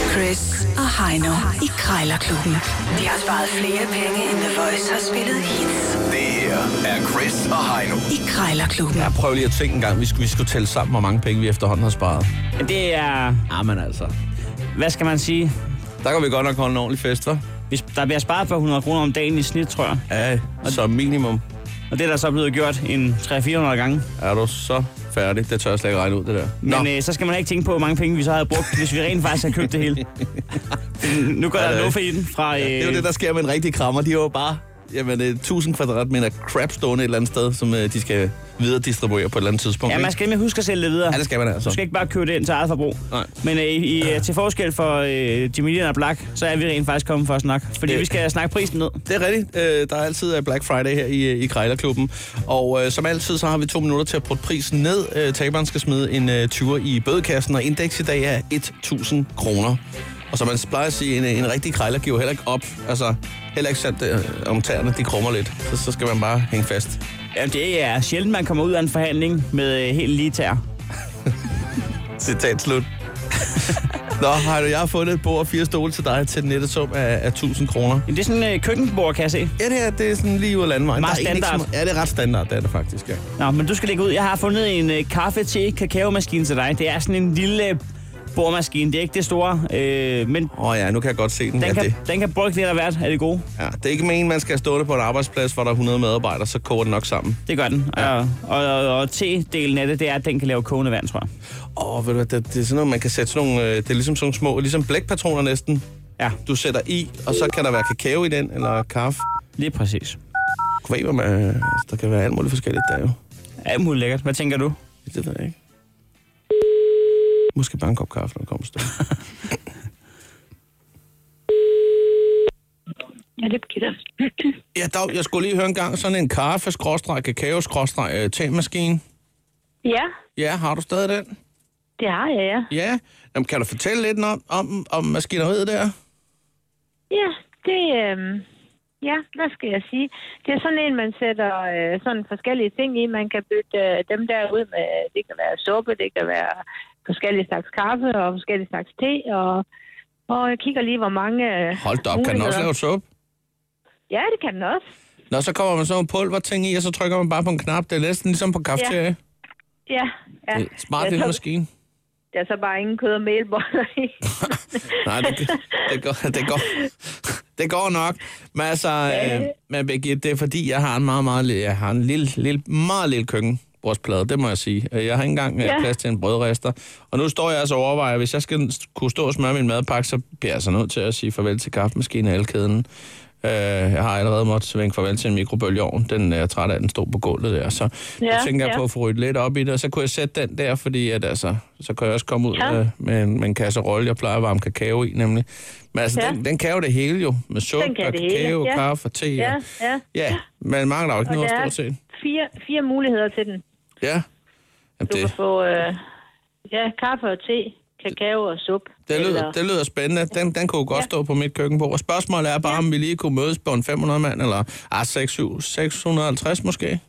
Chris og Heino i Krejlerklubben. De har sparet flere penge, end The Voice har spillet hits. Det her er Chris og Heino I Krejlerklubben. Jeg prøver lige at tænke en gang, vi skulle tælle sammen, hvor mange penge vi efterhånden har sparet. Det er... Jamen altså. Hvad skal man sige? Der kan vi godt nok holde en ordentlig fest, hva'? Hvis der bliver sparet for 100 kroner om dagen i snit, tror jeg. Ja, som minimum. Og det er der så blevet gjort en 300-400 gange. Er du så færdig? Det tør jeg slet ikke regne ud, det der. Men så skal man ikke tænke på, hvor mange penge vi så havde brugt, hvis vi rent faktisk havde købt det hele. Nu går der luffe i den fra... Det er jo det, der sker med en rigtig krammer. De er jo bare 1000 kvadratmeter crap stående et eller andet sted, som de skal videre distribuere på et eller andet tidspunkt. Ja, man skal nemlig huske at sælge det videre. Ja, det skal man altså. Du skal ikke bare købe det ind til eget forbrug. Nej. Men til forskel for Jimmy og Black, så er vi rent faktisk kommet for at snakke. Fordi vi skal snakke prisen ned. Det er rigtigt. Der er altid Black Friday her i Krejlerklubben. Og som altid, så har vi 2 minutter til at putte prisen ned. Taberen skal smide en 20'er i bødekassen, og indeks i dag er 1.000 kroner. Og som man plejer at sige, en rigtig krejler giver heller ikke op. Altså, heller ikke sandt om tæerne, de krummer lidt. Så skal man bare hænge fast. Jamen, det er sjældent, man kommer ud af en forhandling med helt lige tær. Citat slut. Nå, jeg har fundet et bord og 4 stole til dig til den nette sum af 1.000 kroner. Det er sådan et køkkenbord, kan jeg se. Ja, det er sådan lige ud af landvejen. Meget standard. Ja, det er ret standard, det er det faktisk, ja. Nå, men du skal lægge ud. Jeg har fundet en kaffe-te-kakao-maskine til dig. Det er sådan en lille boremaskine. Det er ikke det store, men... Ja, nu kan jeg godt se den. Den kan brygge lidt af hvert. Er det gode? Ja, det er ikke meningen, man skal stå der på en arbejdsplads, hvor der er 100 medarbejdere, så koger den nok sammen. Det gør den. Ja. Og te-delen af det er, at den kan lave kogende vand, tror jeg. Ved du hvad, det er sådan noget, man kan sætte sådan nogle... Det er ligesom sådan små, ligesom blækpatroner næsten. Ja. Du sætter i, og så kan der være kakao i den, eller kaffe. Lige præcis. Der kan være alt muligt forskelligt der jo. Alt muligt lækkert. Hvad tænker du? Det ved jeg ikke. Måske bare en kop kaffe, når det kommer stå. Ja, det er Gitte. Ja, jeg skulle lige høre en gang sådan en kaffe-kakao-te-maskine. Ja. Ja, har du stadig den? Det har jeg, ja. Ja. Jamen, kan du fortælle lidt om maskineriet der? Ja, ja, hvad skal jeg sige? Det er sådan en, man sætter sådan forskellige ting i. Man kan bytte dem der ud med, det kan være suppe, det kan være forskellige slags kaffe og forskellige slags te, og jeg kigger lige, hvor mange hold da op, kan den også lave suppe? Ja, det kan den også. Nå, så kommer man sådan en pulverting i, og så trykker man bare på en knap. Det er næsten ligesom på kafeteria. Ja. Det er smart lille maskine. Der er så bare ingen kød og mælboller i. Nej, det går nok. Men altså, det er fordi, jeg har en meget lille køkkenbordsplade, det må jeg sige. Jeg har ikke engang plads til en brødrester. Og nu står jeg altså og overvejer, hvis jeg skal kunne stå og smøre min madpakke, så bliver jeg så nødt til at sige farvel til kaffemaskinen og elkæden. Jeg har allerede måttet svinge farvel til en mikrobølgeovn. Den er jeg træt af, den stod på gulvet der. Så jeg tænker på at få ryddet lidt op i det, og så kunne jeg sætte den der, fordi at, altså, så kan jeg også komme ud med en kasserolle, jeg plejer at varme kakao i, nemlig. Men altså, den kan jo det hele jo, med sukker, kakao, kaffe og te. Ja, men mangler jo ikke noget stort set. 4 muligheder til den. Ja. Jamen, du kan få kaffe og te, kakao og sup. Det lyder spændende. Den kunne godt stå på mit køkkenbord. Og spørgsmålet er bare, om vi lige kunne mødes på en 500 mand, eller 650 måske?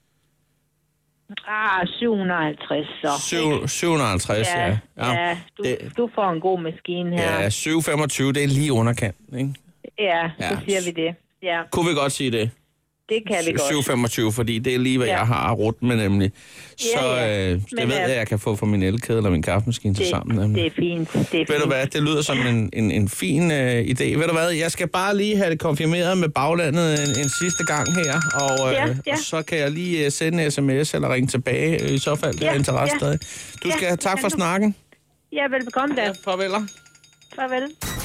750 så. 750, ja. Du får en god maskine her. Ja, 725, det er lige underkanten, ikke? Ja, så siger vi det. Ja. Kunne vi godt sige det? Det kan vi godt. 725, fordi det er lige, hvad jeg har rudt med nemlig. Så det ved jeg kan få fra min elkæde eller min kaffemaskine til sammen. Nemlig. Det er fint. Ved du hvad, det lyder som en fin idé. Ved du hvad, jeg skal bare lige have det konfirmeret med baglandet en sidste gang her, og så kan jeg lige sende en sms eller ringe tilbage, i så fald det er interesse stadig. Du skal have tak for snakken. Ja, velbekomme da. Ja, farveler. Farvel.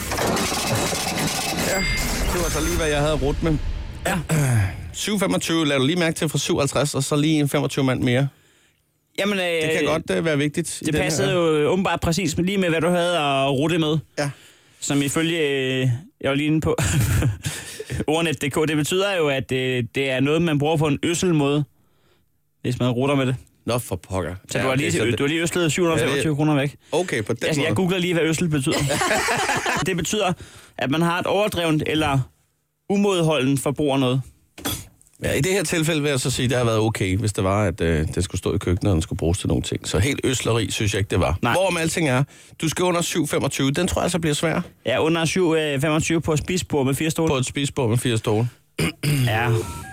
Ja, det var så lige, hvad jeg havde rudt med. Ja. 725, lad du lige mærke til fra 57, og så lige en 25 mand mere. Jamen, det kan godt være vigtigt. Det passede jo åbenbart præcis lige med, hvad du havde at rute med. Ja. Som ifølge, jeg var lige inde på, ordnet.dk, det betyder jo, at det er noget, man bruger på en øsselmåde, hvis man ruter med det. Nå, for pokker. Så du har lige øslet 725 kroner væk. Okay, på den måde. Jeg googler lige, hvad øssel betyder. Det betyder, at man har et overdrevent eller umådeholdent forbrug af noget. Ja, i det her tilfælde vil jeg så sige, at det har været okay, hvis det var, at det skulle stå i køkkenet, og den skulle bruges til nogle ting. Så helt øsleri synes jeg ikke, det var. Nej. Hvorom alting er, du skal under 7,25. Den tror jeg så bliver svær. Ja, under 7,25 på et spisbord med 4 stole. På et spisbord med 4 stole. Ja.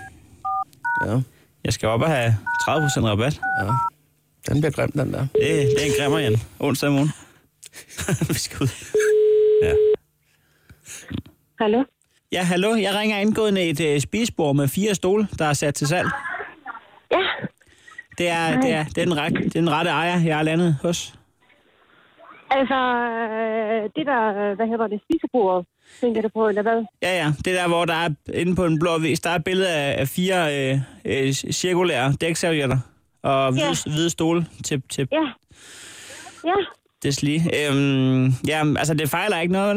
Jeg skal op og have 30% rabat. Ja. Den bliver grim, den der. Det er en grimmer, Jan. Onsdag i morgen. Vi skal ud. Ja. Hallo? Ja, hallo. Jeg ringer angående et spisebord med 4 stole, der er sat til salg. Ja. Det er den rette ejer, jeg har landet hos. Altså, det der, hvad hedder det, spisebord, tænker du på, eller hvad? Ja. Det der, hvor der er inde på en blå vis, der er et billede af 4 cirkulære dækservietter og hvide stole til Ja. deslige. Altså, det fejler ikke noget, vel?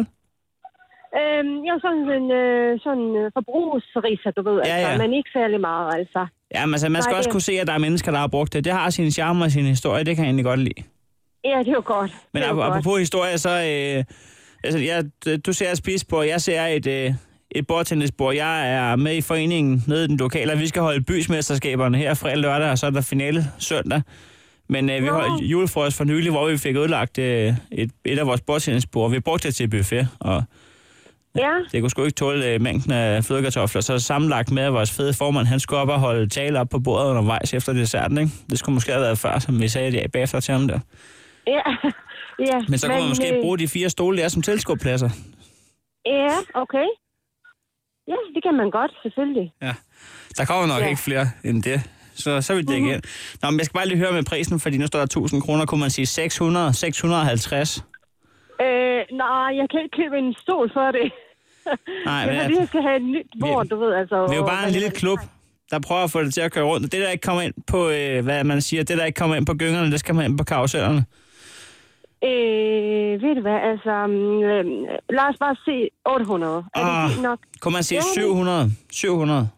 Sådan forbrugsriser, du ved, altså, men ikke særlig meget, altså. Ja, men altså, man skal også kunne se, at der er mennesker, der har brugt det. Det har sin charme og sin historie, det kan jeg egentlig godt lide. Ja, det er jo godt. Men apropos historie, så... du ser et spisebord, jeg ser et bordtennisbord. Jeg er med i foreningen nede i den lokale, og vi skal holde bysmesterskaberne her fredag lørdag, og så er der finale søndag. Men vi holdt julefrokost for nylig, hvor vi fik udlagt et af vores bordtennisbord. Vi brugte det til buffet, og det kunne sgu ikke tåle mængden af flødekartofler. Så sammenlagt med, at vores fede formand, han skulle op og holde tale op på bordet undervejs efter desserten, ikke? Det skulle måske have været før, som vi sagde det bagefter til ham der. Ja. Men så kunne man måske bruge de 4 stole der som tilskuerpladser. Ja, okay. Ja, det kan man godt, selvfølgelig. Ja. Der kommer nok ikke flere end det. Så vil det igen. Nå, men jeg skal bare lige høre med prisen, fordi nu står der 1.000 kroner. Kunne man sige 600, 650? Nej, jeg kan ikke købe en stol for det. Nej, jeg skal have et nyt bord, du ved. Altså, vi er jo bare en lille klub, der prøver at få det til at køre rundt. Det, der ikke kommer ind på, hvad man siger, det, der ikke kommer ind på gyngerne, det skal man ind på karusellerne. Ved du hvad, altså... lad os bare se 800. Er det nok? Kunne man sige 700? 700?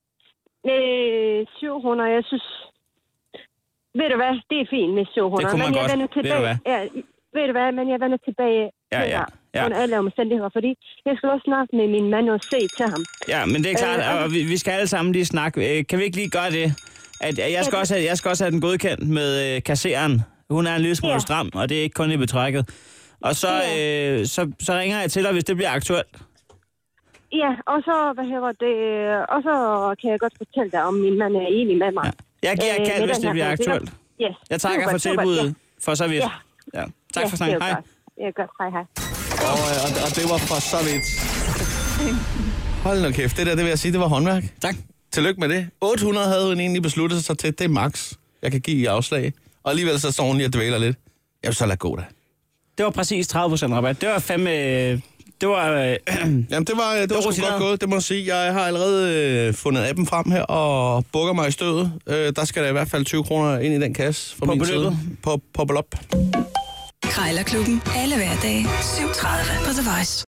700, jeg synes... Ved du hvad, det er fint med 700. Det kunne man godt, ved du hvad? Ja, ved du hvad, men jeg vender tilbage under alle omstændigheder, fordi jeg skal også snakke med min mand og se til ham. Ja, men det er klart, og vi skal alle sammen lige snakke. Kan vi ikke lige gøre det? At jeg skal også have den godkendt med kasseren. Hun er en lille smule stram, og det er ikke kun i betrækket. Og så ringer jeg til dig, hvis det bliver aktuelt. Ja, og så, og så kan jeg godt fortælle dig, om min mand er enig med mig. Ja. Jeg giver et kald, hvis det bliver aktuelt. Yes. Jeg takker for tilbuddet, for så vidt. Ja. Tak for snakken. Hej. Ja, godt. Hej. Og det var for så vidt. Hold nu kæft, det vil jeg sige, det var håndværk. Tak. Tillykke med det. 800 havde hun egentlig besluttet sig til, det er max, jeg kan give i afslag. Og alligevel så står hun lige og dvæler lidt. Jeg vil så lade gå da. Det var præcis 30% rabat. Det var fandme... Det var... Jamen, det var sgu godt gået, det må jeg sige. Jeg har allerede fundet appen frem her og bukker mig i stødet. Der skal der i hvert fald 20 kroner ind i den kasse fra min side. På beløb. Krejlerklubben. Alle hverdage. 7:30 på The Voice.